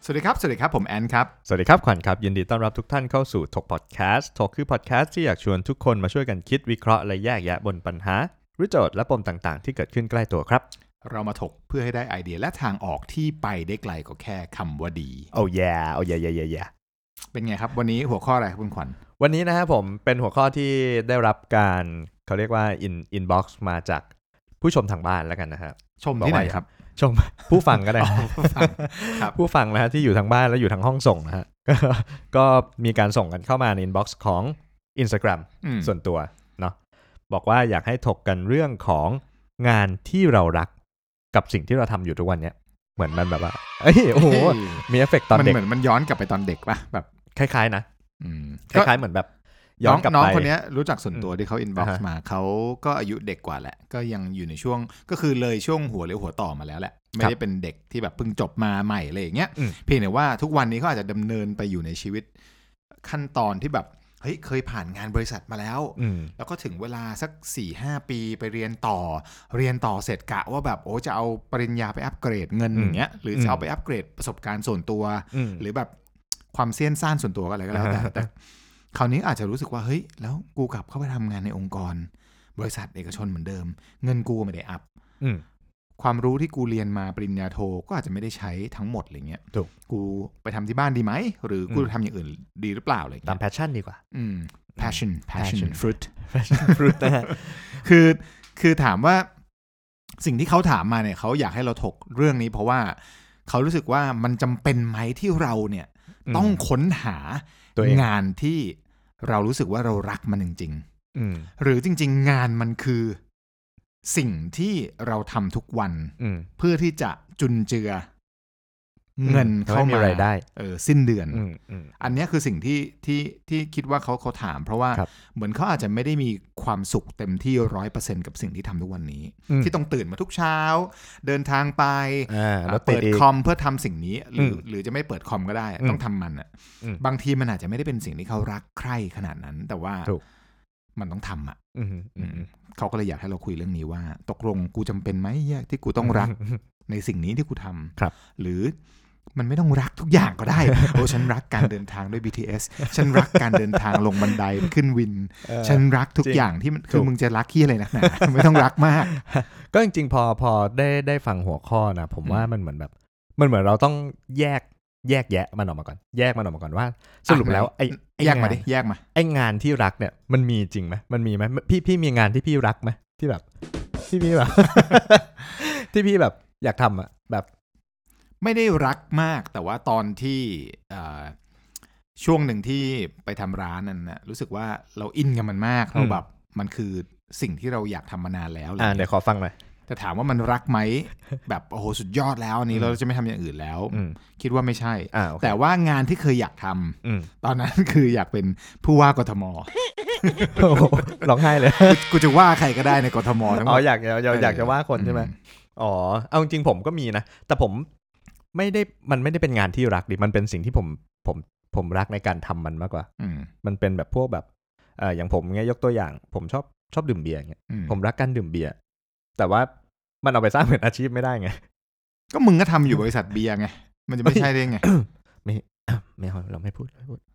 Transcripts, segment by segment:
สวัสดีครับผมแอนครับสวัสดีครับขวัญครับยินดีต้อนรับทุกท่านเข้าสู่ถกพอดแคสต์ถกคือพอดแคสต์ที่อยากชวนทุกคนมาช่วยกันคิดวิเคราะห์และแยกแยะบนปัญหาหรือโจทย์และปมต่างๆที่เกิดขึ้นใกล้ตัวครับเรามาถกเพื่อให้ได้ไอเดียและทางออกที่ไปได้ไกลกว่าแค่คำว่าดีโอ้ยโอ้ยเป็นไงครับวันนี้หัวข้ออะไรคุณขวัญวันนี้นะครับผมเป็นหัวข้อที่ได้รับการเขาเรียกว่าinbox มาจากผู้ชมทางบ้านแล้วกันนะครับชมที่ไหนครับชมผู้ฟังก็ได้ผู้ฟังนะฮะที่อยู่ทางบ้านแล้วอยู่ทางห้องส่งนะฮะ ก็มีการส่งกันเข้ามาใน inbox ของ Instagram ส่วนตัวเนาะบอกว่าอยากให้ถกกันเรื่องของงานที่เรารักกับสิ่งที่เราทำอยู่ทุกวันเนี้ยเหมือนมันแบบว่าโอ้โหมีเอฟเฟกต์ตอนเด็กมันย้อนกลับไปตอนเด็กป่ะแบบคล้ายๆนะคล้ายๆเหมือนแบบย้อนกลับไปน้องคนนี้รู้จักส่วนตัวที่เขา inbox มาเขาก็อายุเด็กกว่าแหละก็ยังอยู่ในช่วงก็คือเลยช่วงหัวเลี้ยวหัวต่อมาแล้วแหละไม่ได้เป็นเด็กที่แบบเพิ่งจบมาใหม่อะไรอย่างเงี้ยเพียงแต่ว่าทุกวันนี้เขาอาจจะดำเนินไปอยู่ในชีวิตขั้นตอนที่แบบเฮ้ยเคยผ่านงานบริษัทมาแล้วแล้วก็ถึงเวลาสัก 4-5 ปีไปเรียนต่อเสร็จกะว่าแบบโอ้จะเอาปริญญาไปอัปเกรดเงินอย่างเงี้ยหรือจะเอาไปอัปเกรดประสบการณ์ส่วนตัวหรือแบบความเสี้ยนซ่านส่วนตัวก็อะไรก็แล้วแต่คราวนี้อาจจะรู้สึกว่าเฮ้ยแล้วกูกลับเข้าไปทำงานในองค์กรบริษัทเอกชนเหมือนเดิมเงินกูไม่ได้อัพความรู้ที่กูเรียนมาปริญญาโทก็อาจจะไม่ได้ใช้ทั้งหมดอะไรเงี้ยกูไปทำที่บ้านดีไหมหรือกูทำอย่างอื่นดีหรือเปล่าอะไรเงี้ยตาม passion ดีกว่า passion fruit นะฮะคือถามว่าสิ่งที่เขาถามมาเนี่ยเขาอยากให้เราถกเรื่องนี้เพราะว่าเขารู้สึกว่ามันจำเป็นไหมที่เราเนี่ยต้องค้นหางานที่เรารู้สึกว่าเรารักมันจริงๆหรือจริงๆงานมันคือสิ่งที่เราทำทุกวันเพื่อที่จะจุนเจือเงินเข้ามารายได้สิ้นเดือนอันนี้คือสิ่งที่คิดว่าเขาถามเพราะว่าเหมือนเขาอาจจะไม่ได้มีความสุขเต็มที่ 100% กับสิ่งที่ทำทุกวันนี้ที่ต้องตื่นมาทุกเช้าเดินทางไปเปิดคอมเพื่อทำสิ่งนี้หรือจะไม่เปิดคอมก็ได้ต้องทำมันอ่ะบางทีมันอาจจะไม่ได้เป็นสิ่งที่เขารักใคร่ขนาดนั้นแต่ว่ามันต้องทำอ่ะเขาก็เลยอยากให้เราคุยเรื่องนี้ว่าตกลงกูจำเป็นไหมที่กูต้องรักในสิ่งนี้ที่กูทำหรือมันไม่ต้องรักทุกอย่างก็ได้โอ้ฉันรักการเดินทางด้วย BTS ฉันรักการเดินทางลงบันไดขึ้นวินฉันรักทุกอย่างที่คือมึงจะรักขี้อะไรนักหนาไม่ต้องรักมากก็จริงๆพอได้ฟังหัวข้อนะผมว่ามันเหมือนเราต้องแยกแยะมันออกมาก่อนแยกมันออกมาก่อนว่าสรุปแล้วไอ้แยกมาไอ้งานที่รักเนี่ยมันมีจริงไหมมันมีไหมพี่มีงานที่พี่รักไหมที่แบบที่พี่แบบ ที่พี่แบบอยากทำอ่ะแบบไม่ได้รักมากแต่ว่าตอนที่ช่วงหนึ่งที่ไปทำร้านนั่นนะรู้สึกว่าเราอินกับมันมากเราแบบมันคือสิ่งที่เราอยากทำมานานแล้วเดี๋ยวขอฟังหน่อยแต่ถามว่ามันรักไหมแบบโอ้โหสุดยอดแล้วอันนี้เราจะไม่ทำอย่างอื่นแล้วคิดว่าไม่ใช่ okay. แต่ว่างานที่เคยอยากทำตอนนั้นคืออยากเป็นผู้ว่ากทมร้องไห้เลยกูจะว่าใครก็ได้ในกทมทั้งหมดอยากจะว่าคนใช่ไหมเอาจริงผมก็มีนะแต่ผมมันไม่ได้เป็นงานที่รักดิมันเป็นสิ่งที่ผมรักในการทำมันมากกว่ามันเป็นแบบพวกแบบอย่างผมเงี้ยยกตัวอย่างผมชอบดื่มเบียร์เงี้ยผมรักการดื่มเบียร์แต่ว่ามันเอาไปสร้างเป็นอาชีพไม่ได้ไงก็มึงก็ทำอยู่บริษัทเบียร์ไงมันจะไม่ใช่ได้ไงไม่เราไม่พูด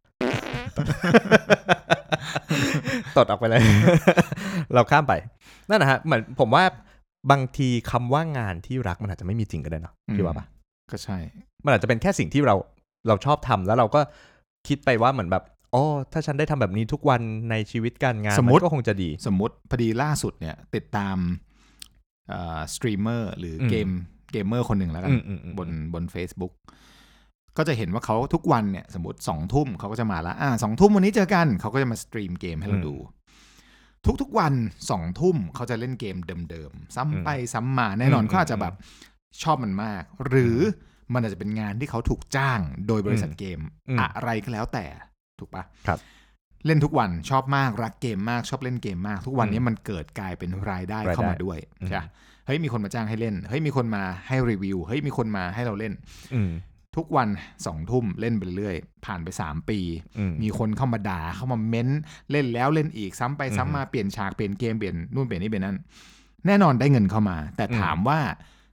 ตดออกไปเลย เราข้ามไปนั่นนะฮะเหมือนผมว่าบางทีคำว่างานที่รักมันอาจจะไม่มีจริงก็ได้เนาะพี่ว่าปะก็ใช่มันอาจจะเป็นแค่สิ่งที่เราชอบทำแล้วเราก็คิดไปว่าเหมือนแบบถ้าฉันได้ทำแบบนี้ทุกวันในชีวิตการงานมันก็คงจะดีสมมติพอดีล่าสุดเนี่ยติดตามสตรีมเมอร์หรือเกมเมอร์คนหนึ่งแล้วกันบน Facebook ก็จะเห็นว่าเขาทุกวันเนี่ยสมมติ 20:00 นเขาก็จะมาละ20:00 นวันนี้เจอกันเขาก็จะมาสตรีมเกมให้เราดูทุกวัน 20:00 นเขาจะเล่นเกมเดิมๆซ้ำไปซ้ำมาแน่นอนเขาอาจจะแบบชอบมันมากหรือมันอาจจะเป็นงานที่เขาถูกจ้างโดยบริษัทเกมอะไรก็แล้วแต่ถูกปะครับเล่นทุกวันชอบมากรักเกมมากชอบเล่นเกมมากทุกวันนี้มันเกิดกลายเป็นรายได้เข้ามาด้วยใช่เฮ้ยมีคนมาจ้างให้เล่นเฮ้ยมีคนมาให้รีวิวเฮ้ยมีคนมาให้เราเล่นทุกวัน 20:00 นเล่นไปเรื่อยผ่านไป3 ปีมีคนเข้ามาด่าเข้ามาเม้นเล่นแล้วเล่นอีกซ้ำไปซ้ำมาเปลี่ยนฉากเปลี่ยนเกมเปลี่ยนนู่นเปลี่ยนนี่เปลี่ยนนั่นแน่นอนได้เงินเข้ามาแต่ถามว่า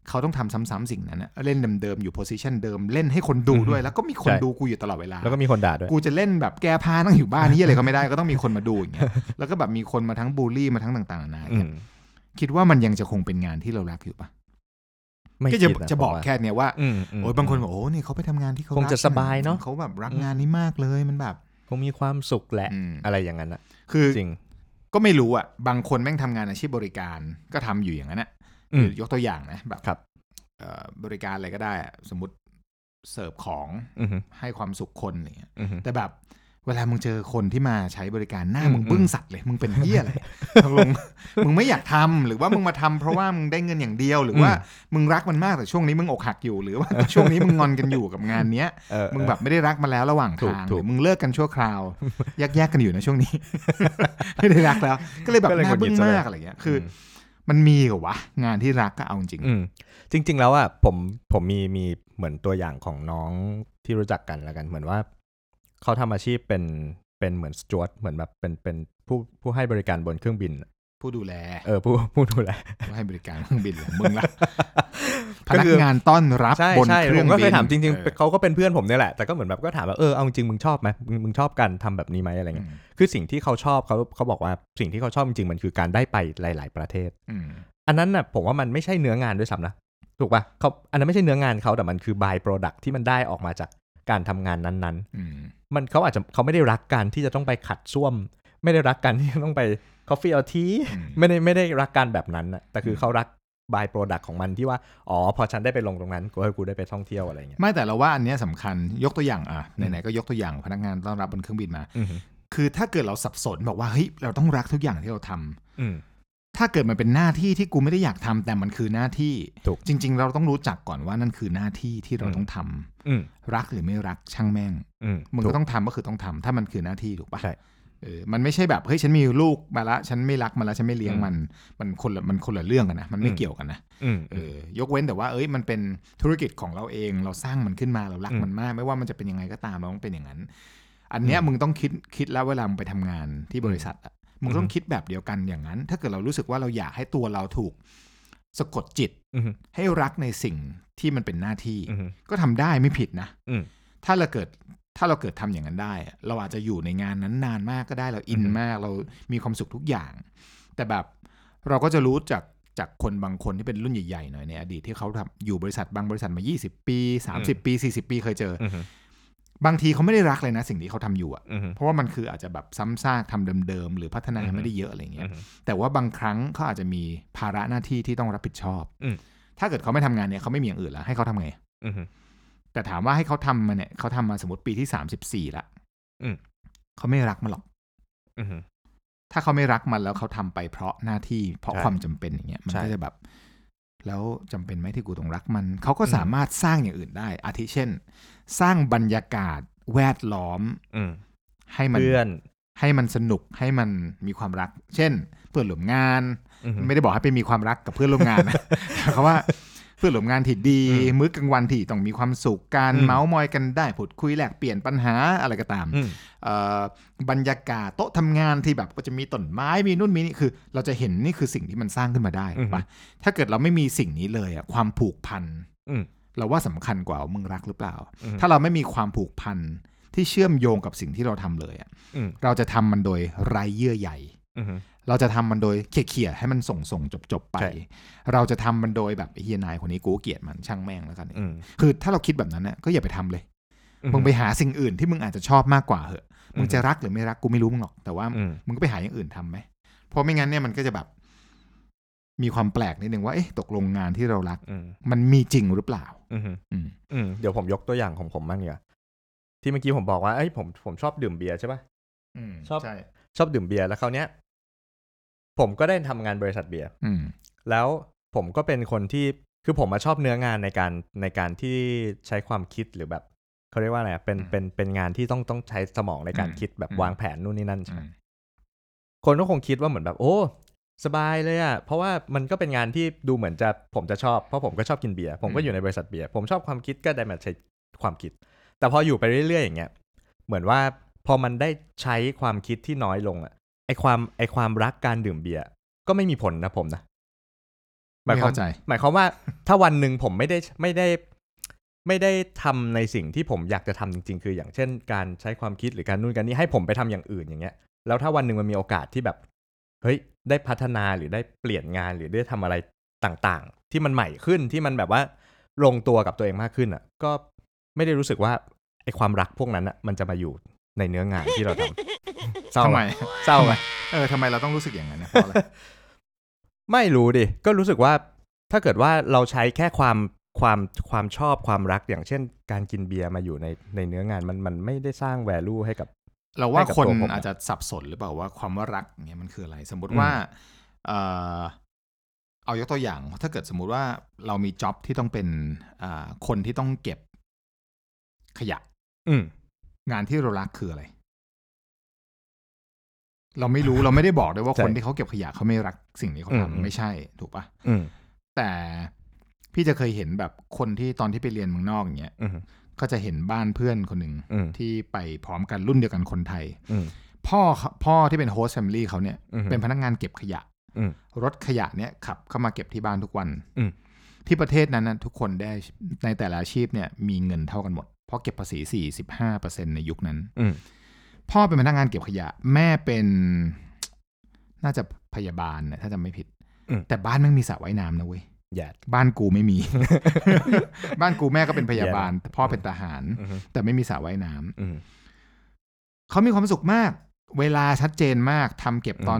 เขาต้องทำซ้ำๆสิ่งนั้นนะเล่นเดิมๆอยู่โพสิชันเดิมเล่นให้คนดูด้วยแล้วก็มีคนดูกูอยู่ตลอดเวลาแล้วก็มีคนด่าด้วยกูจะเล่นแบบแก้ผ้านั่งอยู่บ้านนี่อะไรก็ไม่ได้ก็ต้องมีคนมาดูอย่างเงี้ยแล้วก็แบบมีคนมาทั้งบูลลี่มาทั้งต่างๆนานาคิดว่ามันยังจะคงเป็นงานที่เรารักอยู่ปะก็จะบอกแค่เนี้ยว่าโอ้ยบางคนบอกโอ้นี่เขาไปทำงานที่เขาคงจะสบายเนาะเขาแบบรักงานนี้มากเลยมันแบบคงมีความสุขแหละอะไรอย่างนั้นอะคือจริงก็ไม่รู้อ่ะบางคนแม่งทำงานอาชีพบริการก็ทำอยู่อย่างนั้นนะยกตัวอย่างนะแบบบริการอะไรก็ได้สมมติเสิร์ฟของให้ความสุขคนอะไรเงี้ยแต่แบบเวลามึงเจอคนที่มาใช้บริการหน้ามึงบึ้งสัตว์เลยมึงเป็นเหี้ยอะไรมึงไม่อยากทำหรือว่ามึงมาทำเพราะว่ามึงได้เงินอย่างเดียวหรือว่ามึงรักมันมากแต่ช่วงนี้มึงอกหักอยู่หรือว่าช่วงนี้มึงงอนกันอยู่กับงานเนี้ยมึงแบบไม่ได้รักมันแล้วระหว่างทางหรือมึงเลิกกันชั่วคราวแยกกันอยู่นะช่วงนี้ไม่ได้รักแล้วก็เลยแบบหน้าบึ้งมากอะไรเงี้ยคือมันมีเหรอวะงานที่รักก็เอาจริงจริงแล้วอ่ะผมมีเหมือนตัวอย่างของน้องที่รู้จักกันแล้วกันเหมือนว่าเขาทำอาชีพเป็นเหมือนสจ๊วตเหมือนแบบเป็นผู้ให้บริการบนเครื่องบินผู้ดูแลผู้ดูแลผู้ให้บริการเครื่องบินเหรอมึงละพนักงานต้อนรับบนเครื่องบินผมก็เคยถามจริงๆเขาก็เป็นเพื่อนผมนี่แหละแต่ก็เหมือนแบบก็ถามว่าเอาจริงมึงชอบไหมมึงชอบการทำแบบนี้ไหมอะไรเงี้ยคือสิ่งที่เขาชอบเขาบอกว่าสิ่งที่เขาชอบจริงๆมันคือการได้ไปหลายๆประเทศอันนั้นน่ะผมว่ามันไม่ใช่เนื้องานด้วยซ้ำนะถูกป่ะเขาอันนั้นไม่ใช่เนื้องานเขาแต่มันคือ by product ที่มันได้ออกมาจากการทำงานนั้นๆมันเขาอาจจะเขาไม่ได้รักการที่จะต้องไปขัดส้วมไม่ได้รักการที่จะต้องไป coffee or tea ไม่ได้รักการแบบนั้นนะแต่คือเขารัก by product ของมันที่ว่าพอฉันได้ไปลงตรงนั้นกูได้ไปท่องเที่ยวอะไรเงี้ยไม่แต่เราว่าอันนี้สำคัญยกตัวอย่างไหนๆก็ยกตัวอย่างพนักงานต้อนรับบนเครื่องบินมาคือถ้าเกิดเราสับสนบอกว่าเฮ้ยเราต้องรักทุกอย่างที่เราทำถ้าเกิดมันเป็นหน้าที่ที่กูไม่ได้อยากทำแต่มันคือหน้าที่จริงๆเราต้องรู้จักก่อนว่านั่นคือหน้าที่ที่เราต้องทำรักหรือไม่รักช่างแม่งมึงก็ต้องทำก็คือต้องทำถ้ามันคือหน้าที่ถูกปะมันไม่ใช่แบบเฮ้ยฉันมีลูกมาละฉันไม่รักมันแล้วฉันไม่เลี้ยงมันคนละเรื่องกันนะมันไม่เกี่ยวกันนะยกเว้นแต่ว่ามันเป็นธุรกิจของเราเองเราสร้างมันขึ้นมาเรารักมันมากไม่ว่ามันจะเป็นยังไงก็ตามเราต้องเป็นอย่างนั้นอันเนี้ยมึงต้องคิดแล้วเวลามึงไปทำงานที่บริษัทมึงต้องคิดแบบเดียวกันอย่างนั้นถ้าเกิดเรารู้สึกว่าเราอยากให้ตัวเราถูกสะกดจิตให้รักในสิ่งที่มันเป็นหน้าที่ก็ทำได้ไม่ผิดนะถ้าเราเกิดทำอย่างนั้นได้เราอาจจะอยู่ในงานนั้นนานมากก็ได้เราอินมากเรามีความสุขทุกอย่างแต่แบบเราก็จะรู้จากคนบางคนที่เป็นรุ่นใหญ่ๆหน่อยในอดีตที่เขาทำอยู่บริษัทบางบริษัทมา20ปี30ปี40ปีเคยเจอบางทีเขาไม่ได้รักเลยนะสิ่งที่เขาทำอยู่เพราะว่ามันคืออาจจะแบบซ้ำซากทำเดิมๆหรือพัฒนาไม่ได้เยอะอะไรเงี้ยแต่ว่าบางครั้งเขาอาจจะมีภาระหน้าที่ที่ต้องรับผิดชอบถ้าเกิดเขาไม่ทำงานเนี่ยเขาไม่มีอย่างอื่นแล้วให้เขาทำไงแต่ถามว่าให้เขาทำมาเนี่ยเขาทำมาสมมติปีที่34ละเขาไม่รักมันหรอกถ้าเขาไม่รักมันแล้วเขาทำไปเพราะหน้าที่เพราะความจำเป็นอย่างเงี้ยมันก็จะแบบแล้วจำเป็นไหมที่กูต้องรักมันเขาก็สามารถสร้างอย่างอื่นได้อาทิเช่นสร้างบรรยากาศแวดล้อมให้มันสนุกให้มันมีความรักเช่นเพื่อนร่วมงานไม่ได้บอกให้ไปมีความรักกับเพื่อนร่วมงานนะเขาว่าเพื่อนร่วมงานที่ดีมื้อกลางวันที่ต้องมีความสุขการเมาส์มอยกันได้พูดคุยแลกเปลี่ยนปัญหาอะไรก็ตามบรรยากาศโต๊ะทำงานที่แบบก็จะมีต้นไม้มีนู่นมีนี่คือเราจะเห็นนี่คือสิ่งที่มันสร้างขึ้นมาได้ป่ะถ้าเกิดเราไม่มีสิ่งนี้เลยอ่ะความผูกพันเราว่าสำคัญกว่ามึงรักหรือเปล่าถ้าเราไม่มีความผูกพันที่เชื่อมโยงกับสิ่งที่เราทำเลยอ่ะเราจะทำมันโดยไร้เยื่อใยเราจะทำมันโดยเขี่ยให้มันส่งจบไปเราจะทำมันโดยแบบเฮียนายคนนี้กูเกลียดมันช่างแม่งแล้วกันคือถ้าเราคิดแบบนั้นเนี่ยก็อย่าไปทำเลยมึงไปหาสิ่งอื่นที่มึงอาจจะชอบมากกว่าเหอะมึงจะรักหรือไม่รักกูไม่รู้มึงหรอกแต่ว่ามึงก็ไปหาอย่างอื่นทำไหมเพราะไม่งั้นเนี่ยมันก็จะแบบมีความแปลกนิดนึงว่าตกลงงานที่เรารักมันมีจริงหรือเปล่าเดี๋ยวผมยกตัวอย่างของผมบ้างเนี่ยที่เมื่อกี้ผมบอกว่าผมชอบดื่มเบียร์ใช่ป่ะชอบดื่มเบียร์แล้วคราวเนี้ยผมก็ได้ทำงานบริษัทเบียร์แล้วผมก็เป็นคนที่คือผมมาชอบเนื้องานในการที่ใช้ความคิดหรือแบบเขาเรียกว่าอะไรเป็นงานที่ต้องใช้สมองในการคิดแบบวางแผนนู่นนี่นั่นใช่ไหมคนก็คงคิดว่าเหมือนแบบโอ้สบายเลยอ่ะเพราะว่ามันก็เป็นงานที่ดูเหมือนจะผมจะชอบเพราะผมก็ชอบกินเบียร์ผมก็อยู่ในบริษัทเบียร์ผมชอบความคิดก็ได้มาใช้ความคิดแต่พออยู่ไปเรื่อยๆอย่างเงี้ยเหมือนว่าพอมันได้ใช้ความคิดที่น้อยลงอ่ะไอความรักการดื่มเบียร์ก็ไม่มีผลนะผมนะหมายความว่าถ้าวันหนึ่งผมไม่ได้ทำในสิ่งที่ผมอยากจะทำจริงๆคืออย่างเช่นการใช้ความคิดหรือการนู่นการนี้ให้ผมไปทำอย่างอื่นอย่างเงี้ยแล้วถ้าวันหนึ่งมันมีโอกาสที่แบบเฮ้ยได้พัฒนาหรือได้เปลี่ยนงานหรือได้ทำอะไรต่างๆที่มันใหม่ขึ้นที่มันแบบว่าลงตัวกับตัวเองมากขึ้นอ่ะก็ไม่ได้รู้สึกว่าไอ้ความรักพวกนั้นอ่ะมันจะมาอยู่ในเนื้องานที่เราทำเศร้าไหมทำไมเราต้องรู้สึกอย่างนั้นนะเพราะอะไรไม่รู้ดิก็รู้สึกว่าถ้าเกิดว่าเราใช้แค่ความชอบความรักอย่างเช่นการกินเบียร์มาอยู่ในเนื้องานมันไม่ได้สร้าง value ให้กับเราว่าคนอาจจะสับสนหรือเปล่าว่าความว่ารักเนี่ยมันคืออะไรสมมุติว่าเอายกตัวอย่างถ้าเกิดสมมุติว่าเรามีจ็อบที่ต้องเป็นคนที่ต้องเก็บขยะงานที่เรารักคืออะไรเราไม่รู้ เราไม่ได้บอกด้วยว่าคนที่เขาเก็บขยะเขาไม่รักสิ่งนี้เขาทำไม่ใช่ถูกปะแต่พี่จะเคยเห็นแบบคนที่ตอนที่ไปเรียนเมืองนอกอย่างเงี้ยก็จะเห็นบ้านเพื่อนคนหนึ่งที่ไปพร้อมกันรุ่นเดียวกันคนไทยพ่อที่เป็นโฮสต์แฟมิลี่เขาเนี่ยเป็นพนักงานเก็บขยะรถขยะเนี่ยขับเข้ามาเก็บที่บ้านทุกวันที่ประเทศนั้นนะทุกคนได้ในแต่ละอาชีพเนี่ยมีเงินเท่ากันหมดเพราะเก็บภาษี 45% ในยุคนั้นพ่อเป็นพนักงานเก็บขยะแม่เป็นน่าจะพยาบาลเนี่ยถ้าจำไม่ผิดแต่บ้านไม่มีสระว่ายน้ำนะเว้ยบ้านกูไม่มี บ้านกูแม่ก็เป็นพยาบาลพ่อเป็นทหารแต่ไม่มีสระว่ายน้ำเขามีความสุขมากเวลาชัดเจนมากทำเก็บตอน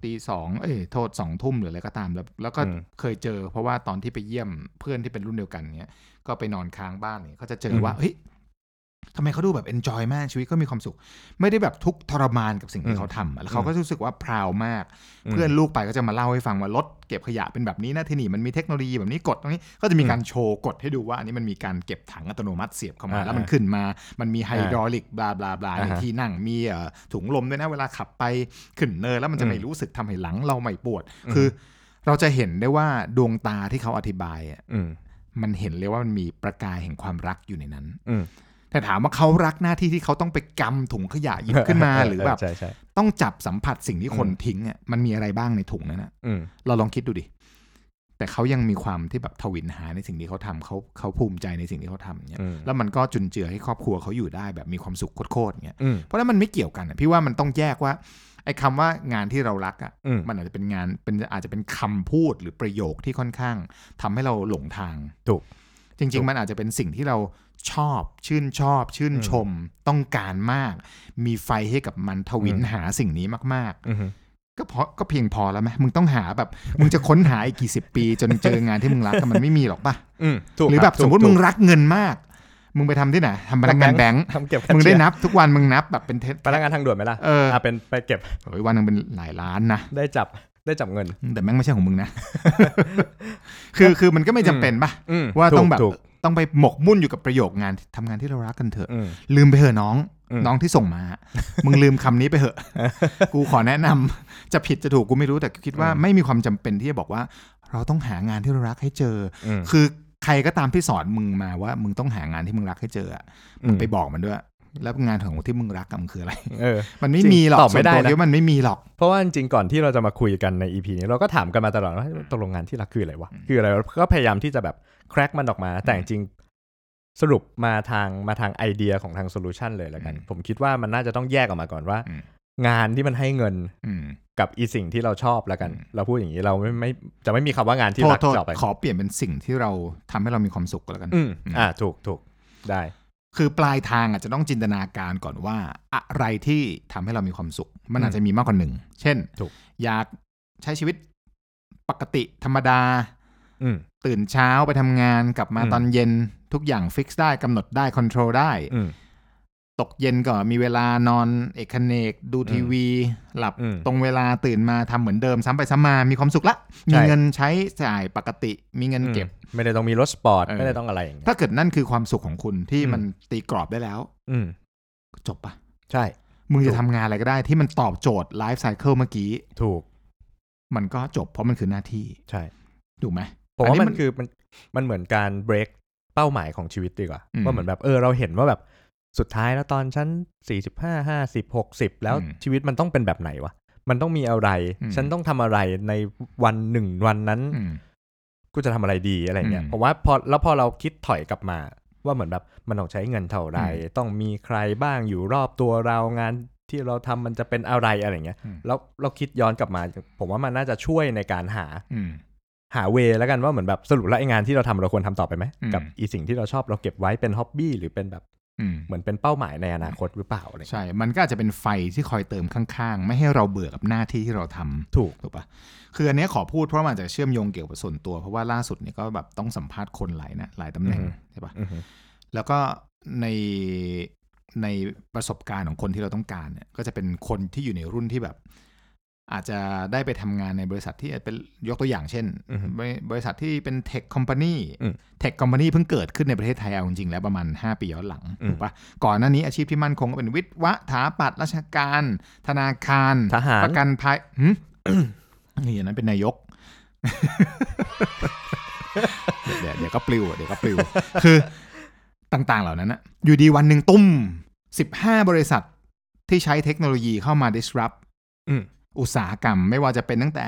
2 โทษ2 ทุ่มหรืออะไรก็ตามแล้วก็เคยเจอเพราะว่าตอนที่ไปเยี่ยมเพื่อนที่เป็นรุ่นเดียวกันเนี้ยก็ไปนอนค้างบ้านเนี่ยเขาจะเจอว่าเฮ้ยทำไมเขาดูแบบ enjoy มากชีวิตก็มีความสุขไม่ได้แบบทุกข์ทรมานกับสิ่งที่เขาทำแล้วเขาก็รู้สึกว่าพราวมากเพื่อนลูกไปก็จะมาเล่าให้ฟังว่ารถเก็บขยะเป็นแบบนี้นะที่นี่มันมีเทคโนโลยีแบบนี้กดตรงนี้ก็จะมีการโชว์กดให้ดูว่าอันนี้มันมีการเก็บถังอัตโนมัติเสียบเข้ามาแล้วมันขึ้นมามันมีไฮดรอลิกบลาบลาบลาที่นั่งมีถุงลมด้วยนะเวลาขับไปขึ้นเนินแล้วมันจะไม่รู้สึกทำให้หลังเราไม่ปวดคือเราจะเห็นได้ว่าดวงตาที่เขาอธิบายมันเห็นเลยว่ามันมีประกายแห่งความรักอยู่ในนั้นแต่ถามว่าเขารักหน้าที่ที่เขาต้องไปกำถุงขยะหยิบขึ้นมาหรือแบบต้องจับสัมผัสสิ่งที่คนทิ้งอ่ะมันมีอะไรบ้างในถุงนั้นนะเราลองคิดดูดิแต่เขายังมีความที่แบบทวินหาในสิ่งที่เขาทำเขาภูมิใจในสิ่งที่เขาทำเนี่ยแล้วมันก็จุนเจือให้ครอบครัวเขาอยู่ได้แบบมีความสุขโคตรๆเงี้ยเพราะนั้นมันไม่เกี่ยวกันพี่ว่ามันต้องแยกว่าไอ้คำว่างานที่เรารักอ่ะมันอาจจะเป็นงานอาจจะเป็นคำพูดหรือประโยคที่ค่อนข้างทำให้เราหลงทางถูกจริงๆมันอาจจะเป็นสิ่งที่เราชอบชื่นชมต้องการมากมีไฟให้กับมันทวินหาสิ่งนี้มากๆก็เพียงพอแล้วไหมมึงต้องหาแบบมึงจะค้นหาอีกกี่สิบปีจนเจองานที่มึงรักมันไม่มีหรอกป่ะหรือแบบสมมติมึงรักเงินมากมึงไปทำที่ไหนทำพนักงานแบงค์มึงได้นับทุกวันมึงนับแบบเป็นพนักงานทางด่วนไหมล่ะเป็นไปเก็บวันนึงเป็นหลายล้านนะได้จับเงินแต่แม่งไม่ใช่ของมึงนะ คือมันก็ไม่จำเป็นป่ะว่าต้องแบบต้องไปหมกมุ่นอยู่กับประโยคงานทำงานที่เรารักกันเถอะลืมไปเถอะน้องที่ส่งมามึงลืมคำนี้ไปเถอะกูขอแนะนำจะผิดจะถูกกูไม่รู้แต่คิดว่าไม่มีความจำเป็นที่จะบอกว่าเราต้องหางานที่เรารักให้เจอคือใครก็ตามที่สอนมึงมาว่ามึงต้องหางานที่มึงรักให้เจอมึงไปบอกมันด้วยแล้วงานของที่มึงรักมันคืออะไรมันไม่มีหรอกตอบไม่ได้นะมันไม่มีหรอกเพราะว่าจริงๆก่อนที่เราจะมาคุยกันใน EP นี้เราก็ถามกันมาตลอดว่าตกลงงานที่รักคืออะไรวะคืออะไรก็พยายามที่จะแบบแคร็กมันออกมาแต่จริงสรุปมาทางไอเดียของทางโซลูชันเลยแล้วกันผมคิดว่ามันน่าจะต้องแยกออกมาก่อนว่างานที่มันให้เงินกับอีสิ่งที่เราชอบแล้วกันเราพูดอย่างนี้เราไม่จะไม่มีคำว่างานที่รักต่อไปขอเปลี่ยนเป็นสิ่งที่เราทำให้เรามีความสุขแล้วกันถูกได้คือปลายทางอาจจะต้องจินตนาการก่อนว่าอะไรที่ทำให้เรามีความสุขมันอาจจะมีมากกว่าหนึ่งเช่นอยากใช้ชีวิตปกติธรรมดาตื่นเช้าไปทำงานกลับมาตอนเย็นทุกอย่างฟิกซ์ได้กำหนดได้คอนโทรลได้ตกเย็นก็มีเวลานอนเอกเนกดูทีวีหลับตรงเวลาตื่นมาทำเหมือนเดิมซ้ำไปซ้ำมามีความสุขละมีเงินใช้จ่ายปกติมีเงินเก็บไม่ได้ต้องมีรถสปอร์ตไม่ได้ต้องอะไรอย่างเงี้ยถ้าเกิดนั่นคือความสุขของคุณที่มันตีกรอบได้แล้วจบปะใช่มึงจะทำงานอะไรก็ได้ที่มันตอบโจทย์ไลฟ์ไซเคิลเมื่อกี้ถูกมันก็จบเพราะมันคือหน้าที่ใช่ถูกไหมผมว่ามันคือมันเหมือนการเบรกเป้าหมายของชีวิตดีกว่าว่าเหมือนแบบเราเห็นว่าแบบสุดท้ายแล้วตอนฉัน45 50 60แล้วชีวิตมันต้องเป็นแบบไหนวะมันต้องมีอะไรฉันต้องทำอะไรในวันหนึ่งวันนั้นกูจะทำอะไรดีอะไรเงี้ยผมว่าพอเราคิดถอยกลับมาว่าเหมือนแบบมันต้องใช้เงินเท่าไหร่ต้องมีใครบ้างอยู่รอบตัวเรางานที่เราทำมันจะเป็นอะไรอะไรเงี้ยแล้วเราคิดย้อนกลับมาผมว่ามันน่าจะช่วยในการหาเวแล้วกันว่าเหมือนแบบสรุปแล้วไอ้งานที่เราทำเราควรทำต่อไปไหมกับอีสิ่งที่เราชอบเราเก็บไว้เป็นฮ็อบบี้หรือเป็นแบบเหมือนเป็นเป้าหมายในอนาคตหรือเปล่าอะไรใช่มันก็อาจจะเป็นไฟที่คอยเติมข้างๆไม่ให้เราเบื่อกับหน้าที่ที่เราทำถูกปะคืออันนี้ขอพูดเพราะมันจะเชื่อมโยงเกี่ยวกับส่วนตัวเพราะว่าล่าสุดเนี่ยก็แบบต้องสัมภาษณ์คนหลายตำแหน่งใช่ปะแล้วก็ในประสบการณ์ของคนที่เราต้องการเนี่ยก็จะเป็นคนที่อยู่ในรุ่นที่แบบอาจจะได้ไปทำงานในบริษัทที่เป็นยกตัวอย่างเช่นบริษัทที่เป็นเทคคอมพานีเทคคอมพานีเพิ่งเกิดขึ้นในประเทศไทยเอาจริงๆแล้วประมาณ5 ปีย้อนหลังถูกปะก่อนหน้านี้อาชีพที่มั่นคงก็เป็นวิศวะสถาปัตย์ราชการธนาคารทหารประกันภัยนี่อย่างนั้นเป็นนายก เดี๋ยวก็ปลิวคือต่างๆเหล่านั้นนะอยู่ดีวันหนึ่งตุ้ม15บริษัทที่ใช้เทคโนโลยีเข้ามา disrupt อุตสาหกรรมไม่ว่าจะเป็นตั้งแต่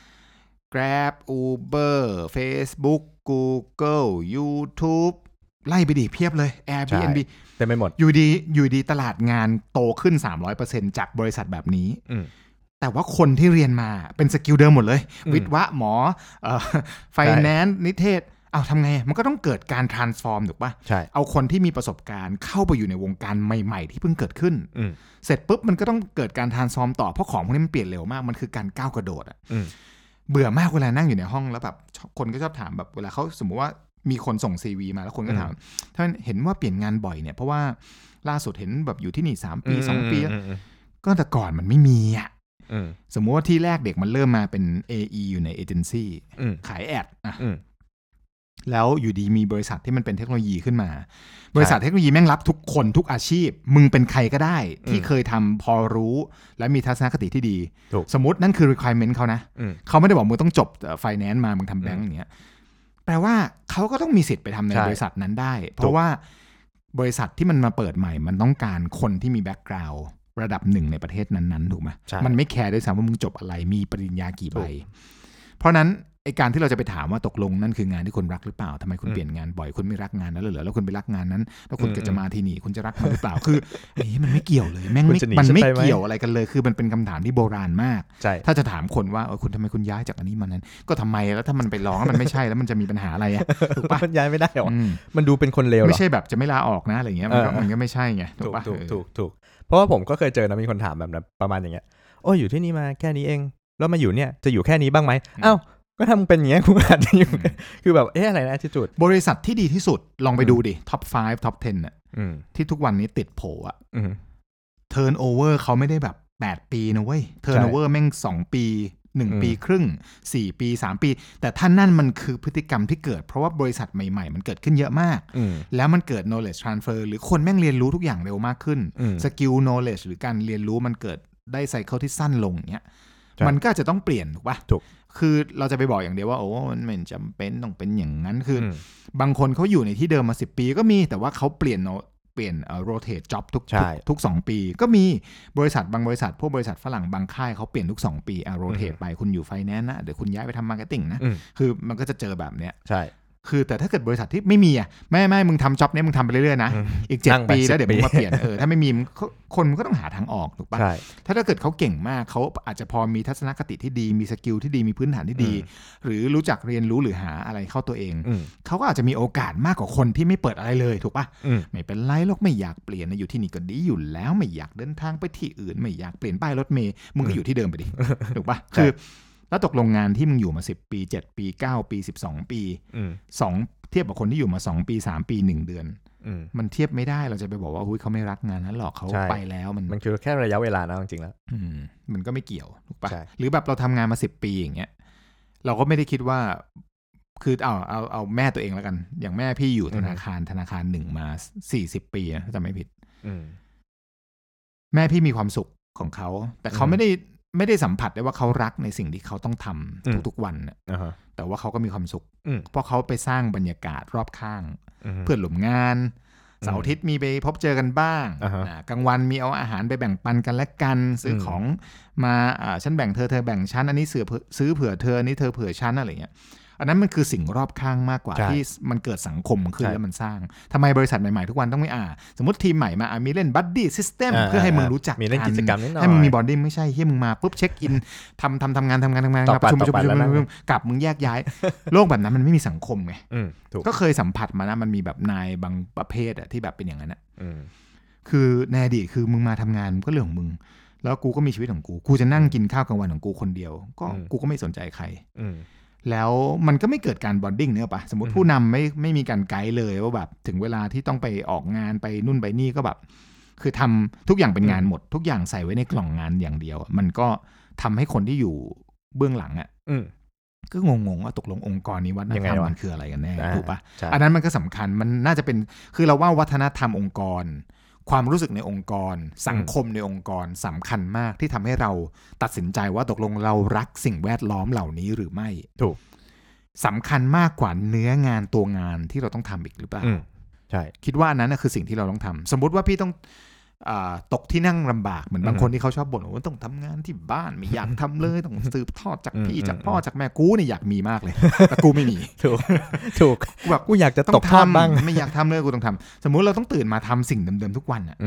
Grab Uber Facebook Google YouTube ไล่ไปดิเพียบเลย Airbnb เต็มไปหมดอยู่ดีตลาดงานโตขึ้น 300% จากบริษัทแบบนี้แต่ว่าคนที่เรียนมาเป็นสกิลเดิมหมดเลยวิศวะหมอไฟแนนซ์นิเทศเอาทำไงมันก็ต้องเกิดการ transform ถูกป่ะเอาคนที่มีประสบการณ์เข้าไปอยู่ในวงการใหม่ๆที่เพิ่งเกิดขึ้นเสร็จปุ๊บมันก็ต้องเกิดการ transform ต่อเพราะของพวกนี้มันเปลี่ยนเร็วมากมันคือการก้าวกระโดดอ่ะเบื่อมากเวลานั่งอยู่ในห้องแล้วแบบคนก็ชอบถามแบบเวลาเขาสมมติว่ามีคนส่ง CV มาแล้วคนก็ถามถ้าเห็นว่าเปลี่ยนงานบ่อยเนี่ยเพราะว่าล่าสุดเห็นแบบอยู่ที่นี่3 ปี2 ปีก็แต่ก่อนมันไม่มีอ่ะสมมติว่าที่แรกเด็กมันเริ่มมาเป็น AE อยู่ในเอเจนซี่ขายแอดนะแล้วอยู่ดีมีบริษัทที่มันเป็นเทคโนโลยีขึ้นมาบริษัทเทคโนโลยีแม่งรับทุกคนทุกอาชีพมึงเป็นใครก็ได้ที่เคยทำพอรู้และมีทัศนคติที่ดีสมมตินั่นคือ requirement เขานะเขาไม่ได้บอกมึงต้องจบ finance มามึงทำแบงก์อย่างเงี้ยแปลว่าเขาก็ต้องมีสิทธิ์ไปทำในบริษัทนั้นได้เพราะว่าบริษัทที่มันมาเปิดใหม่มันต้องการคนที่มีแบ็คกราวด์ระดับหนึ่งในประเทศนั้นๆถูกไหมมันไม่แคร์ด้วยซ้ำว่ามึงจบอะไรมีปริญญากี่ใบเพราะนั้นไอการที่เราจะไปถามว่าตกลงนั่นคืองานที่คุณรักหรือเปล่าทำไมคุณเปลี่ยนงานบ่อยคุณไม่รักงานนั้นเลยเหรอแล้วคุณไปรักงานนั้นแล้วคุณก็จะมาที่นี่คุณจะรักมันหรือเปล่าคือนี่มันไม่เกี่ยวเลยแม่งมันไม่เกี่ยวอะไรกันเลยคือมันเป็นคำถามที่โบราณมากถ้าจะถามคนว่าคุณทำไมคุณย้ายจากอันนี้มานั้นก็ทำไมแล้วถ้ามันไปร้องมันไม่ใช่แล้วมันจะมีปัญหาอะไรอ่ะถูกปะมันย้ายไม่ได้หรอมันดูเป็นคนเลวไม่ใช่แบบจะไม่ลาออกนะอะไรเงี้ยมันก็ไม่ใช่ไงถูกปะถูกเพราะว่าผมก็เคยเจอนะมีคนถามแบบนั้นประมาณอย่างเงี้ยโอ้อยู่ที่นี่มาแค่นี้เองแล้วมาอยู่เนี่ยจะอยู่แค่นี้บ้างไหมอ้าวก็ทำเป็นอย่างเงี้ยคุณอาจจะอยู่คือแบบอะไรนะที่จุดบริษัทที่ดีที่สุดลองไปดูดิท็อป5ท็อป10อ่ะที่ทุกวันนี้ติดโผล่อ่ะเทิร์นโอเวอร์เขาไม่ได้แบบ8 ปีนะเว้ยเทิร์นโอเวอร์แม่ง2 ปี1 ปีครึ่ง4 ปี3 ปีแต่ท่านนั่นมันคือพฤติกรรมที่เกิดเพราะว่าบริษัทใหม่ๆมันเกิดขึ้นเยอะมากแล้วมันเกิด knowledge transfer หรือคนแม่งเรียนรู้ทุกอย่างเร็วมากขึ้น skill knowledge หรือการเรียนรู้มันเกิดได้ไซเคิลที่สั้นลงเงี้ยมันก็จะต้องเปลี่ยนถูกป่ะคือเราจะไปบอกอย่างเดียวว่าโอ้มันไม่จำเป็นต้องเป็นอย่างนั้นคือบางคนเขาอยู่ในที่เดิมมา10 ปีก็มีแต่ว่าเขาเปลี่ยนrotate job ทุก2 ปีก็มีบริษัทบางบริษัทพวกบริษัทฝรั่งบางค่ายเขาเปลี่ยนทุก2 ปีrotate ไปคุณอยู่ไฟแนนซ์นะเดี๋ยวคุณย้ายไปทำมาร์เก็ตติ้งนะคือมันก็จะเจอแบบเนี้ยใช่คือแต่ถ้าเกิดบริษัทที่ไม่มีอ่ะไม่มึงทำจ็อบนี้มึงทำไปเรื่อยๆนะอีก7 ปีแล้วเดี๋ยวมึงมาเปลี่ยนถ้าไม่มีคนมันก็ต้องหาทางออกถูกป่ะถ้าเกิดเขาเก่งมากเขาอาจจะพอมีทัศนคติที่ดีมีสกิลที่ดีมีพื้นฐานที่ดีหรือรู้จักเรียนรู้หรือหาอะไรเข้าตัวเองเขาก็อาจจะมีโอกาสมากกว่าคนที่ไม่เปิดอะไรเลยถูกป่ะไม่เป็นไรหรอกไม่อยากเปลี่ยนนะอยู่ที่นี่ก็ดีอยู่แล้วไม่อยากเดินทางไปที่อื่นไม่อยากเปลี่ยนป้ายรถเมล์มึงก็อยู่ที่เดิมไปดิถูกป่ะคือแล้วตกลงงานที่มึงอยู่มา10 ปี7 ปี9 ปี12 ปี2เทียบกับคนที่อยู่มา2 ปี3 ปี1 เดือนมันเทียบไม่ได้เราจะไปบอกว่าเขาไม่รักงานนั้นหรอกเขาไปแล้วมันคือแค่ระยะเวลานะจริงๆแล้วมันก็ไม่เกี่ยวถูกปะหรือแบบเราทำงานมา10 ปีอย่างเงี้ยเราก็ไม่ได้คิดว่าคือเอาแม่ตัวเองแล้วกันอย่างแม่พี่อยู่ธนาคาร1มา40 ปีนะถ้าจำไม่ผิดแม่พี่มีความสุขของเขาแต่เขาไม่ได้สัมผัสได้ว่าเขารักในสิ่งที่เขาต้องทำทุกๆวันแต่ว่าเขาก็มีความสุขเพราะเขาไปสร้างบรรยากาศรอบข้างเพื่อนร่วมงานเสาร์อาทิตย์มีไปพบเจอกันบ้างกลางวันมีเอาอาหารไปแบ่งปันกันและกันซื้อของมาฉันแบ่งเธอแบ่งฉันอันนี้ซื้อเผื่อเธออันนี้เธอเผื่อฉันอะไรเงี้ยอันนั้นมันคือสิ่งรอบข้างมากกว่าที่มันเกิดสังคมขึ้นแล้วมันสร้างทำไมบริษัทใหม่ๆทุกวันต้องไม่สมมติทีมใหม่มามีเล่นบัดดี้ซิสเต็มเพื่อให้มึงรู้จักมีเล่นกิจกรรมนิดหน่อยให้มึงมีบอนดิ้งไม่ใช่ให้มึงมาปุ๊บเช็คอินทำงานประชุมกลับมึงแยกย้ายโลกแบบนั้นมันไม่มีสังคมไงก็เคยสัมผัสมานะมันมีแบบนายบางประเภทที่แบบเป็นอย่างนั้นคือในอดีตคือมึงมาทำงานก็เรื่องของมึงแล้วกูก็มีชีวิตของกูจะนั่งกินข้าวกลางวันของกูคนเดียวก็กูก็ไม่สนใจใครแล้วมันก็ไม่เกิดการบอนดิ้งเนี่ยป่ะสมมติผู้นำไม่มีการไกด์เลยว่าแบบถึงเวลาที่ต้องไปออกงานไปนู่นไปนี่ก็แบบคือทำทุกอย่างเป็นงานหมดทุกอย่างใส่ไว้ในกล่องงานอย่างเดียวมันก็ทำให้คนที่อยู่เบื้องหลังก็งงว่าตกลงองค์กรนี้วัฒนธรรมมันคืออะไรกันแน่ถูกป่ะอันนั้นมันก็สำคัญมันน่าจะเป็นคือเราว่าวัฒนธรรมองค์กรความรู้สึกในองค์กรสังคมในองค์กรสำคัญมากที่ทำให้เราตัดสินใจว่าตกลงเรารักสิ่งแวดล้อมเหล่านี้หรือไม่ถูกสำคัญมากกว่าเนื้องานตัวงานที่เราต้องทำอีกหรือเปล่าใช่คิดว่านั้นคือสิ่งที่เราต้องทำสมมุติว่าพี่ต้องตกที่นั่งลำบากเหมือนบางคนที่เขาชอบบ่นว่าต้องทำงานที่บ้านไม่อยากทำเลยต้องสืบทอดจากพี่จากพ่อจากแม่กูเนี่ยอยากมีมากเลยแต่กูไม่มีถูกแบบกูอยากจะตกทอดบ้างไม่อยากทำเลยกูต้องทำสมมุติเราต้องตื่นมาทำสิ่งเดิมๆทุกวันอ่ะ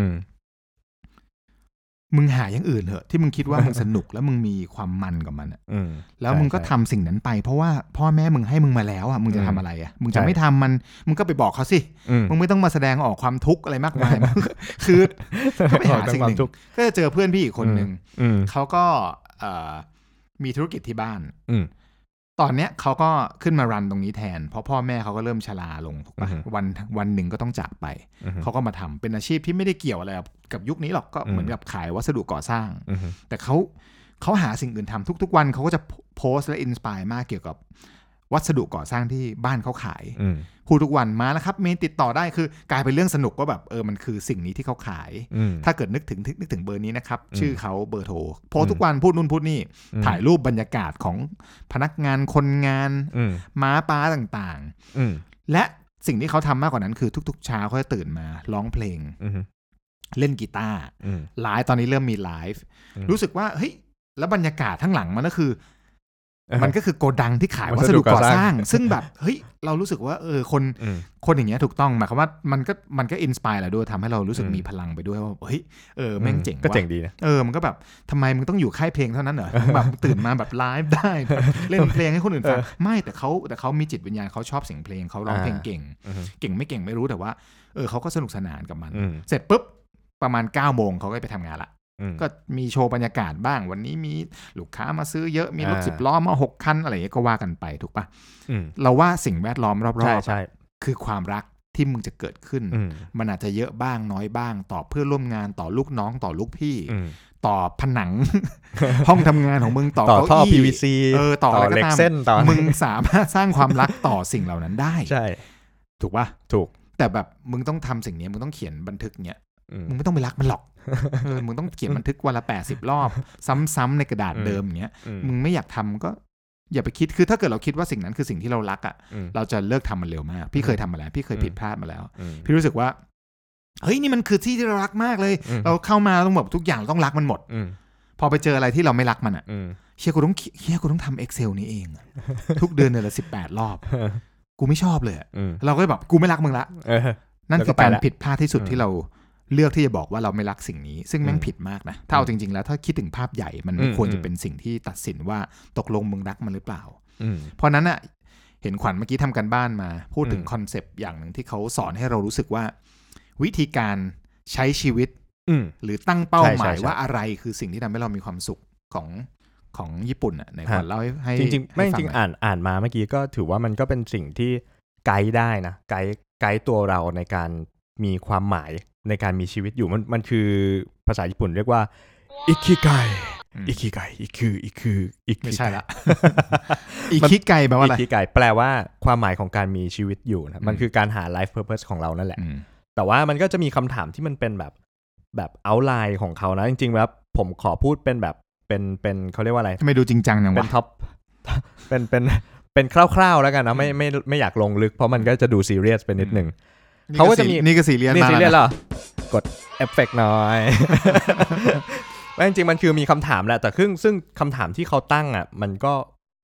มึงหาอย่างอื่นเถอะที่มึงคิดว่ามึงสนุกแล้วมึงมีความมันกับมันแล้วมึงก็ทำสิ่งนั้นไปเพราะว่าพ่อแม่มึงให้มึงมาแล้วอ่ะมึงจะทำอะไรอ่ะมึงจะไม่ทำมันมึงก็ไปบอกเขาสิมึงไม่ต้องมาแสดงออกความทุกข์อะไรมากมายคือก็ไปหาสิ่งหนึ่งก็จะเจอเพื่อนพี่อีกคนนึงเขาก็มีธุรกิจที่บ้านตอนเนี้ยเขาก็ขึ้นมารันตรงนี้แทนเพราะพ่อแม่เขาก็เริ่มชราลงถูกป่ะวันหนึ่งก็ต้องจากไปเขาก็มาทำเป็นอาชีพที่ไม่ได้เกี่ยวอะไรกับยุคนี้หรอกก็เหมือนกับขายวัสดุก่อสร้างแต่เขาหาสิ่งอื่นทำทุกๆวันเขาก็จะโพสต์และอินสไปร์มากเกี่ยวกับวัสดุก่อสร้างที่บ้านเขาขายพูดทุกวันมาแล้วครับมีติดต่อได้คือกลายเป็นเรื่องสนุกว่าแบบมันคือสิ่งนี้ที่เขาขายถ้าเกิดนึกถึงเบอร์นี้นะครับชื่อเขาเบอร์โทรโพสทุกวันพูดนู่นพูดนี่ถ่ายรูปบรรยากาศของพนักงานคนงานม้าป้าต่างๆและสิ่งที่เขาทำมากกว่านั้นคือทุกๆเช้าเขาจะตื่นมาร้องเพลงเล่นกีตาร์ไลฟ์ตอนนี้เริ่มมีไลฟ์รู้สึกว่าเฮ้ยแล้วบรรยากาศทั้งหลังมันก็คือโกดังที่ขายวัสดุก่อสร้างซึ่งแบบเฮ้ยเรารู้สึกว่าคนอย่างเงี้ยถูกต้องหมายความว่ามันก็อินสไปร์เราด้วยทำให้เรารู้สึกมีพลังไปด้วยว่าเฮ้ยแม่งเจ๋งก็เจ๋งดีนะมันก็แบบทำไมมึงต้องอยู่ค่ายเพลงเท่านั้นเหรอแบบตื่นมาแบบไลฟ์ได้เล่นเพลงให้คนอื่นฟังไม่แต่เขามีจิตวิญญาณเขาชอบเสียงเพลงเขาร้องเพลงเก่งไม่เก่งไม่รู้แต่ว่าเขาก็สนุกสนานกับมันเสร็จปุ๊บประมาณ 9 โมงเขาก็ไปทำงานละก็มีโชว์บรรยากาศบ้างวันนี้มีลูกค้ามาซื้อเยอะมีรถ10 ล้อมา6 คันอะไรอย่างเงี้ยก็ว่ากันไปถูกปะเราว่าสิ่งแวดล้อมรอบๆคือความรักที่มึงจะเกิดขึ้นมันอาจจะเยอะบ้างน้อยบ้างต่อเพื่อนร่วมงานต่อลูกน้องต่อลูกพี่ต่อผนัง ห้องทำงานของมึงต่อท่อ PVC ต่ออะไรก็ตามมึงสามารถสร้างความรักต่อสิ่งเหล่านั้นได้ใช่ถูกปะถูกแต่แบบมึงต้องทำสิ่งนี้มึงต้องเขียนบันทึกเนี้ยมึงไม่ต้องไปรักมันหรอกมึงต้องเขียนบันทึกวันละ80 รอบซ้ำๆในกระดาษเดิมอย่างเงี้ยมึงไม่อยากทำก็อย่าไปคิดคือถ้าเกิดเราคิดว่าสิ่งนั้นคือสิ่งที่เรารักอ่ะเราจะเลิกทำมันเร็วมากพี่เคยทำมาแล้วพี่เคยผิดพลาดมาแล้วพี่รู้สึกว่าเฮ้ยนี่มันคือที่เรารักมากเลยเราเข้ามาต้องแบบทุกอย่างต้องรักมันหมดพอไปเจออะไรที่เราไม่รักมันอ่ะเชี่ยกูต้องทำ Excel นี้เองทุกเดือนละ18 รอบกูไม่ชอบเลยเราก็แบบกูไม่รักมึงละนั่นคือการผิดพลาดที่สุดที่เราเลือกที่จะบอกว่าเราไม่รักสิ่งนี้ซึ่งแม่งผิดมากนะถ้าเอาจริงๆแล้วถ้าคิดถึงภาพใหญ่มันไม่ควรจะเป็นสิ่งที่ตัดสินว่าตกลงมึงรักมันหรือเปล่าเพราะนั้นอ่ะเห็นขวัญเมื่อกี้ทำกันบ้านมาพูดถึงคอนเซปต์อย่างหนึ่งที่เขาสอนให้เรารู้สึกว่าวิธีการใช้ชีวิตหรือตั้งเป้าหมายว่าอะไรคือสิ่งที่ทำให้เรามีความสุขของญี่ปุ่นอ่ะในขวัญเล่าให้จริงๆไม่จริงอ่านมาเมื่อกี้ก็ถือว่ามันก็เป็นสิ่งที่ไกด์ได้นะไกด์ตัวเราในการมีความหมายในการมีชีวิตอยู่มันคือภาษาญี่ปุ่นเรียกว่าอิคิไกอิคิไกอิคือไม่ใช่ละอิคิไกแปลว่าอะไรอิคิไกแปลว่าความหมายของการมีชีวิตอยู่นะมันคือการหา life purpose ของเรานั่นแหละแต่ว่ามันก็จะมีคำถามที่มันเป็นแบบเอาท์ไลน์ของเขานะจริงๆแล้วผมขอพูดเป็นแบบเป็นเขาเรียกว่าอะไรทำไมดูจริงจังอย่างวะเป็นท็อปเป็นคร่าวๆแล้วกันนะไม่อยากลงลึกเพราะมันก็จะดูซีเรียสไปนิดนึงเขาก็จะมีนี่ก็ซีเรียสมากแล้วกดเอฟเฟกต์หน่อยว่าจริงๆมันคือมีคำถามแหละแต่ซึ่งคำถามที่เขาตั้งอ่ะมัน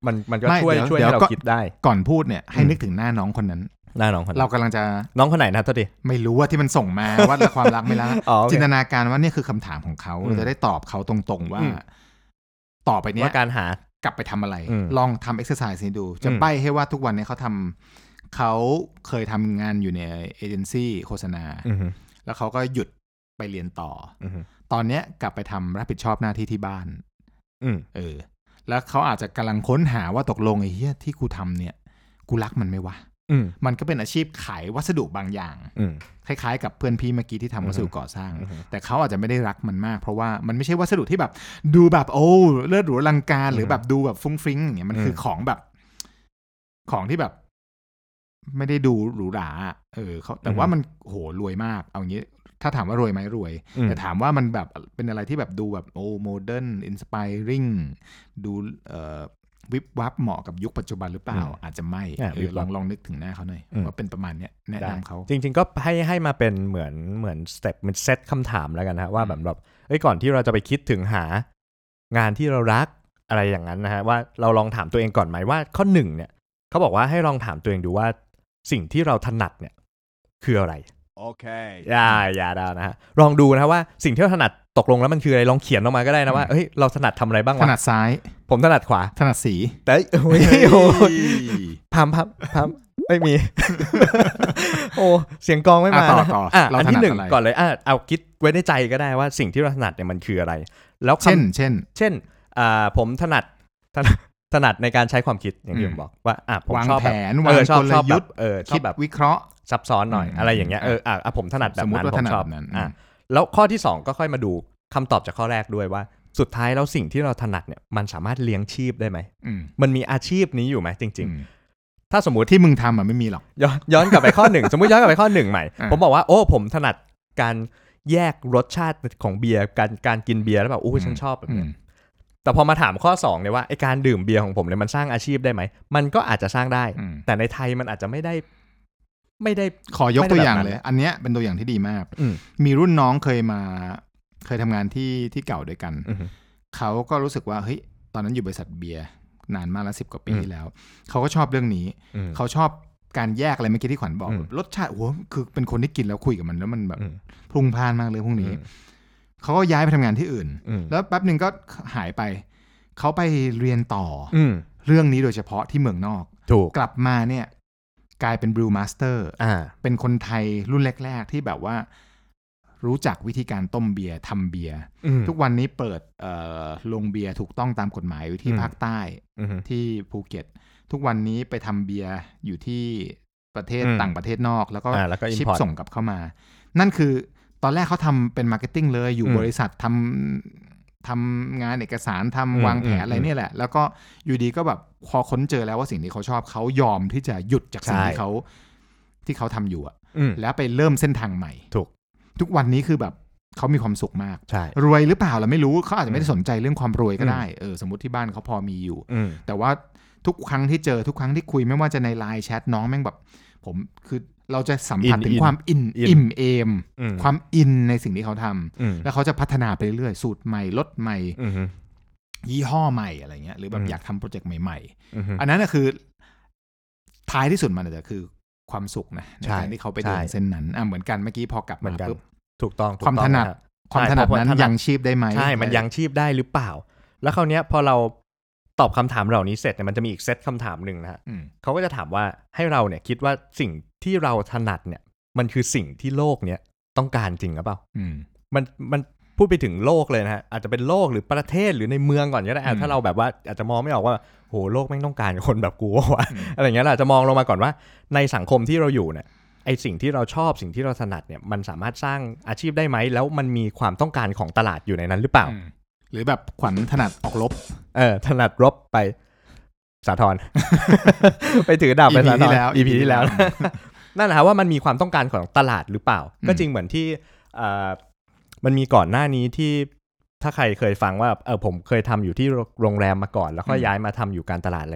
มันก็ช่วยให้เราคิดได้ก่อนพูดเนี่ยให้นึกถึงหน้าน้องคนนั้นเรากำลังจะน้องคนไหนนะตัวดิไม่รู้ว่าที่มันส่งมาว่าความรักไม่รักจินตนาการว่านี่คือคำถามของเขาเราจะได้ตอบเขาตรงๆว่าต่อไปเนี้ยว่าการหากลับไปทำอะไรลองทำเอ็กซ์ไซส์นี้ดูจะใบ้ให้ว่าทุกวันนี้เขาเคยทำงานอยู่ในเอเจนซี่โฆษณาแล้วเขาก็หยุดไปเรียนต่อตอนเนี้ยกลับไปทำรับผิดชอบหน้าที่ที่บ้านแล้วเขาอาจจะกำลังค้นหาว่าตกลงไอ้เหี้ยที่กูทำเนี่ยกูรักมันไหมวะมันก็เป็นอาชีพขายวัสดุบางอย่างคล้ายๆกับเพื่อนพี่เมื่อกี้ที่ทำวัสดุก่อสร้างแต่เขาอาจจะไม่ได้รักมันมากเพราะว่ามันไม่ใช่วัสดุที่แบบดูแบบโอ้เลิศหรูอลังการหรือแบบดูแบบฟุ้งฟริ้งอย่างเงี้ยมันคือของแบบของที่แบบไม่ได้ดูหรูหราเขาแต่ว่ามันโหรวยมากเอางี้ถ้าถามว่ารวยไหมรวยแต่ถามว่ามันแบบเป็นอะไรที่แบบดูแบบโอ้โมเดิร์นอินสไปริงดูวิบวับเหมาะกับยุคปัจจุบันหรือเปล่าอาจจะไม่ลองนึกถึงหน้าเขาหน่อยว่าเป็นประมาณเนี้ยแนะนำเขาจริงๆก็ให้มาเป็นเหมือนสเต็ปมันเซตคำถามแล้วกันนะว่าแบบก่อนที่เราจะไปคิดถึงหางานที่เรารักอะไรอย่างนั้นนะฮะว่าเราลองถามตัวเองก่อนไหมว่าข้อหนึ่งเนี่ยเขาบอกว่าให้ลองถามตัวเองดูว่าสิ่งที่เราถนัดเนี่ยคืออะไรโอเคอย่าดาวนะฮะลองดูนะว่าสิ่งที่เราถนัดตกลงแล้วมันคืออะไรลองเขียนออกมาก็ได้นะว่าเฮ้ยเราถนัดทำอะไรบ้างวะถนัดซ้ายผมถนัดขวาถนัดสีแต่โอ้ยพัมไม่มีโอ้เสียงกลองไม่มาต่ออันที่หนึ่งก่อนเลยเอาคิดไว้ในใจก็ได้ว่าสิ่งที่เราถนัดเนี่ยมันคืออะไรแล้วเช่นผมถนัดในการใช้ความคิดอย่างที่ผมบอกว่าผมชอบแบบชอบแบบคิดแบบวิเคราะห์ซับซ้อนหน่อยอะไรอย่างเงี้ยผมถนัดแบบนั้นผมชอบแล้วข้อที่2ก็ค่อยมาดูคำตอบจากข้อแรกด้วยว่าสุดท้ายแล้วสิ่งที่เราถนัดเนี่ยมันสามารถเลี้ยงชีพได้ไหมมันมีอาชีพนี้อยู่ไหมจริงๆถ้าสมมุติที่มึงทำไม่มีหรอกย้อนกลับไปข้อ1สมมุติย้อนกลับไปข้อ1ใหม่ผมบอกว่าโอ้ผมถนัดการแยกรสชาติของเบียร์การกินเบียร์แล้วแบบโอ้ฉันชอบแบบนี้แต่พอมาถามข้อ2เนี่ยว่าไอ้การดื่มเบียร์ของผมเนี่ยมันสร้างอาชีพได้ไหมมันก็อาจจะสร้างได้แต่ในไทยมันอาจจะไม่ได้ขอยกตัวอย่างเลยอันเนี้ยเป็นตัวอย่างที่ดีมากมีรุ่นน้องเคยทำงานที่เก่าด้วยกันเขาก็รู้สึกว่าเฮ้ยตอนนั้นอยู่บริษัทเบียร์นานมากแล้ว10 กว่าปีที่แล้วเขาก็ชอบเรื่องนี้เขาชอบการแยกอะไรเมื่อกี้ที่ขวัญบอกรสชาติโอ้โหคือเป็นคนที่กินแล้วคุยกับมันแล้วมันแบบพลุงพล่านมากเลยพวกนี้เขาก็ย้ายไปทำงานที่อื่นแล้วแป๊บนึงก็หายไปเขาไปเรียนต่อเรื่องนี้โดยเฉพาะที่เมืองนอกกลับมาเนี่ยกลายเป็นบรูมาสเตอร์เป็นคนไทยรุ่นแรกๆที่แบบว่ารู้จักวิธีการต้มเบียร์ทำเบียร์ทุกวันนี้เปิดโรงเบียร์ถูกต้องตามกฎหมายอยู่ที่ภาคใต้ที่ภูเก็ตทุกวันนี้ไปทำเบียร์อยู่ที่ประเทศต่างประเทศนอกแล้วก็ชิปส่งกลับเข้ามานั่นคือตอนแรกเขาทำเป็นมาร์เก็ตติ้งเลยอยู่บริษัททำงานเอกสารทำวางแผนอะไรเนี่ยแหละแล้วก็อยู่ดีก็แบบพอค้นเจอแล้วว่าสิ่งที่เขาชอบเขายอมที่จะหยุดจากสิ่งที่เขาทำอยู่แล้วไปเริ่มเส้นทางใหม่ทุกวันนี้คือแบบเขามีความสุขมากรวยหรือเปล่าเราไม่รู้เขาอาจจะไม่ได้สนใจเรื่องความรวยก็ได้สมมติที่บ้านเขาพอมีอยู่แต่ว่าทุกครั้งที่เจอทุกครั้งที่คุยไม่ว่าจะใน LINE แชทน้องแม่งแบบผมคือเราจะสัมผัสถึงความอิ่มเอมความอินในสิ่งที่เขาทำแล้วเขาจะพัฒนาไปเรื่อยสูตรใหม่รสใหม่ยี่ห้อใหม่อะไรเงี้ยหรือแบบอยากทำโปรเจกต์ใหม่ๆอันนั้นก็คือท้ายที่สุดมันอาจจะคือความสุขนะในการที่เขาไปเดินเส้นนั้นเหมือนกันเมื่อกี้พอกลับมาปุ๊บถูกต้องความถนัดนั้นยังชีพได้ไหมใช่มันยังชีพได้หรือเปล่าแล้วคราวนี้พอเราตอบคำถามเหล่านี้เสร็จเนี่ยมันจะมีอีกเซตคำถามหนึ่งนะฮะเขาก็จะถามว่าให้เราเนี่ยคิดว่าสิ่งที่เราถนัดเนี่ยมันคือสิ่งที่โลกเนี้ยต้องการจริงหรือเปล่ามันพูดไปถึงโลกเลยนะฮะอาจจะเป็นโลกหรือประเทศหรือในเมืองก่อนก็ได้ถ้าเราแบบว่าอาจจะมองไม่ออกว่าโหโลกไม่ต้องการคนแบบกูวะอะไรอย่างเงี้ยอาจจะมองลงมาก่อนว่าในสังคมที่เราอยู่เนี่ยไอสิ่งที่เราชอบสิ่งที่เราถนัดเนี่ยมันสามารถสร้างอาชีพได้ไหมแล้วมันมีความต้องการของตลาดอยู่ในนั้นหรือเปล่าหรือแบบขวัญถนัดออกรบถนัดรบไปสาธร ไปถือดาบไปสาธร EP ที่แล้ว นั่นแหละว่ามันมีความต้องการของตลาดหรือเปล่าก็จริงเหมือนที่มันมีก่อนหน้านี้ที่ถ้าใครเคยฟังว่าผมเคยทำอยู่ที่โรงแรมมาก่อนแล้วก็ย้ายมาทำอยู่การตลาดอะไรเงี้ย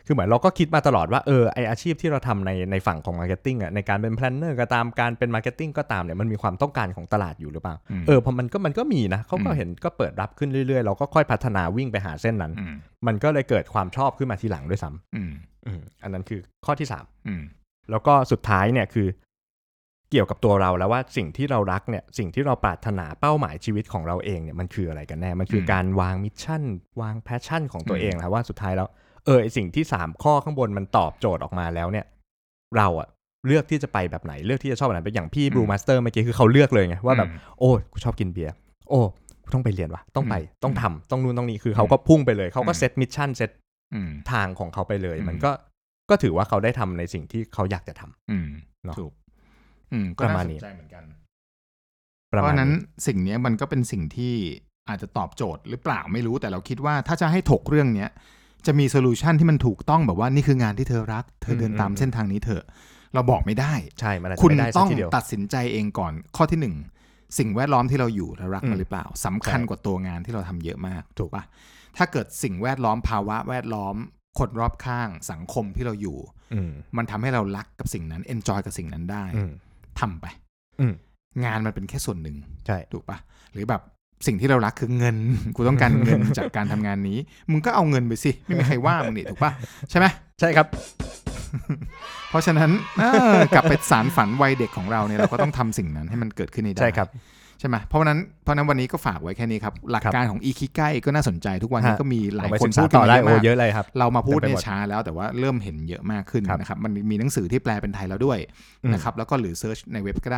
คือเหมือนเราก็คิดมาตลอดว่าไออาชีพที่เราทำในฝั่งของมาร์เก็ตติ้งอ่ะในการเป็นแพลนเนอร์ก็ตามการเป็นมาร์เก็ตติ้งก็ตามเนี่ยมันมีความต้องการของตลาดอยู่หรือเปล่าพอมันก็มีนะเขาก็เห็นก็เปิดรับขึ้นเรื่อยๆเราก็ค่อยพัฒนาวิ่งไปหาเส้นนั้นมันก็เลยเกิดความชอบขึ้นมาทีหลังด้วยซ้ำอันนั้นคือข้อที่3แล้วก็สุดท้ายเนี่ยคือเกี่ยวกับตัวเราแล้วว่าสิ่งที่เรารักเนี่ยสิ่งที่เราปรารถนาเป้าหมายชีวิตของเราเองเนี่ยมันคืออะไรกันแน่มันคือการวางมิชชั่นวางแพชชั่นของตัวเองแล้วว่าสุดท้ายแล้วไอสิ่งที่3ข้อข้างบนมันตอบโจทย์ออกมาแล้วเนี่ยเราอะเลือกที่จะไปแบบไหนเลือกที่จะชอบแบบไหนเป็นอย่างพี่บลูมาสเตอร์เมื่อกี้คือเขาเลือกเลยไงว่าแบบโอ้กูชอบกินเบียร์โอ้กูต้องไปเรียนว่ะต้องไปต้องทำต้องนู่นต้องนี่คือเขาก็พุ่งไปเลยเขาก็เซตมิชชั่นเซตทางของเขาไปเลยมันก็ถือว่าเขาได้ทำในสิ่งที่เขาอยากจะทำเนาะก็น่าสนใจเหมือนกันเพราะนั้นสิ่งนี้มันก็เป็นสิ่งที่อาจจะตอบโจทย์หรือเปล่าไม่รู้แต่เราคิดว่าถ้าจะให้ถกเรื่องนี้จะมีโซลูชันที่มันถูกต้องแบบว่านี่คืองานที่เธอรักเธอเดินตามเส้นทางนี้เถอะเราบอกไม่ได้ใช่มันอาจจะคุณไม่ได้ต้องทีเดียวตัดสินใจเองก่อนข้อที่1สิ่งแวดล้อมที่เราอยู่เรารักมันหรือเปล่าสำคัญกว่าตัวงานที่เราทำเยอะมากถูกปะถ้าเกิดสิ่งแวดล้อมภาวะแวดล้อมคนรอบข้างสังคมที่เราอยู่มันทำให้เรารักกับสิ่งนั้นเอนจอยกับสิ่งนั้นได้ทำไปงานมันเป็นแค่ส่วนหนึ่งใช่ถูกปะหรือแบบสิ่งที่เรารักคือเงินกูต้องการเงิน จากการทำงานนี้มึงก็เอาเงินไปสิไม่มีใครว่ามึงนี่ถูกปะใช่ไหมใช่ครับเพราะฉะนั้นกลับไปสารฝันวัยเด็กของเราเนี่ยเราก็ต้องทำสิ่งนั้นให้มันเกิดขึ้นให้ได้ใช่ครับใช่ไหมเพราะนั้นวันนี้ก็ฝากไว้แค่นี้ครับหลักการของอิคิไกก็น่าสนใจทุกวันนี้ก็มีหลายคนพูดต่อได้เยอะเลยครับเรามาพูดในช้าแล้วแต่ว่าเริ่มเห็นเยอะมากขึ้นนะครับมันมีหนังสือที่แปลเป็นไทยแล้วด้วยนะครับแล้วก็หรือเซิร์ชในเว็บก็ได้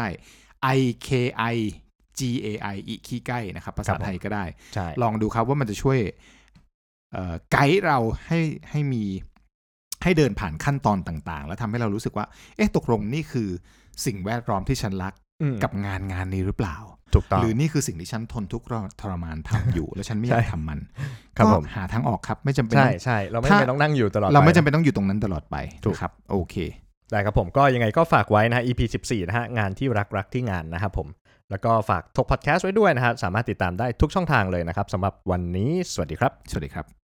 IKIGAI อิคิไกนะครับภาษาไทยก็ได้ลองดูครับว่ามันจะช่วยไกด์เราให้เดินผ่านขั้นตอนต่างๆแล้วทำให้เรารู้สึกว่าตกลงนี่คือสิ่งแวดล้อมที่ฉันรักกับงานนี้หรือเปล่าหรือนี่คือสิ่งที่ฉันทนทุกข์ทรมานทำอยู่แล้วฉันไม่อยากทำมันก็หาทางออกครับไม่จำเป็นใช่เราไม่จำเป็นต้องนั่งอยู่ตลอดเราไม่จำเป็นต้องอยู่ตรงนั้นตลอดไปครับโอเคได้ครับผมก็ยังไงก็ฝากไว้นะฮะ EP 14นะฮะงานที่รักที่งานนะครับผมแล้วก็ฝากทกพอดแคสต์ไว้ด้วยนะฮะสามารถติดตามได้ทุกช่องทางเลยนะครับสำหรับวันนี้สวัสดีครับสวัสดีครับ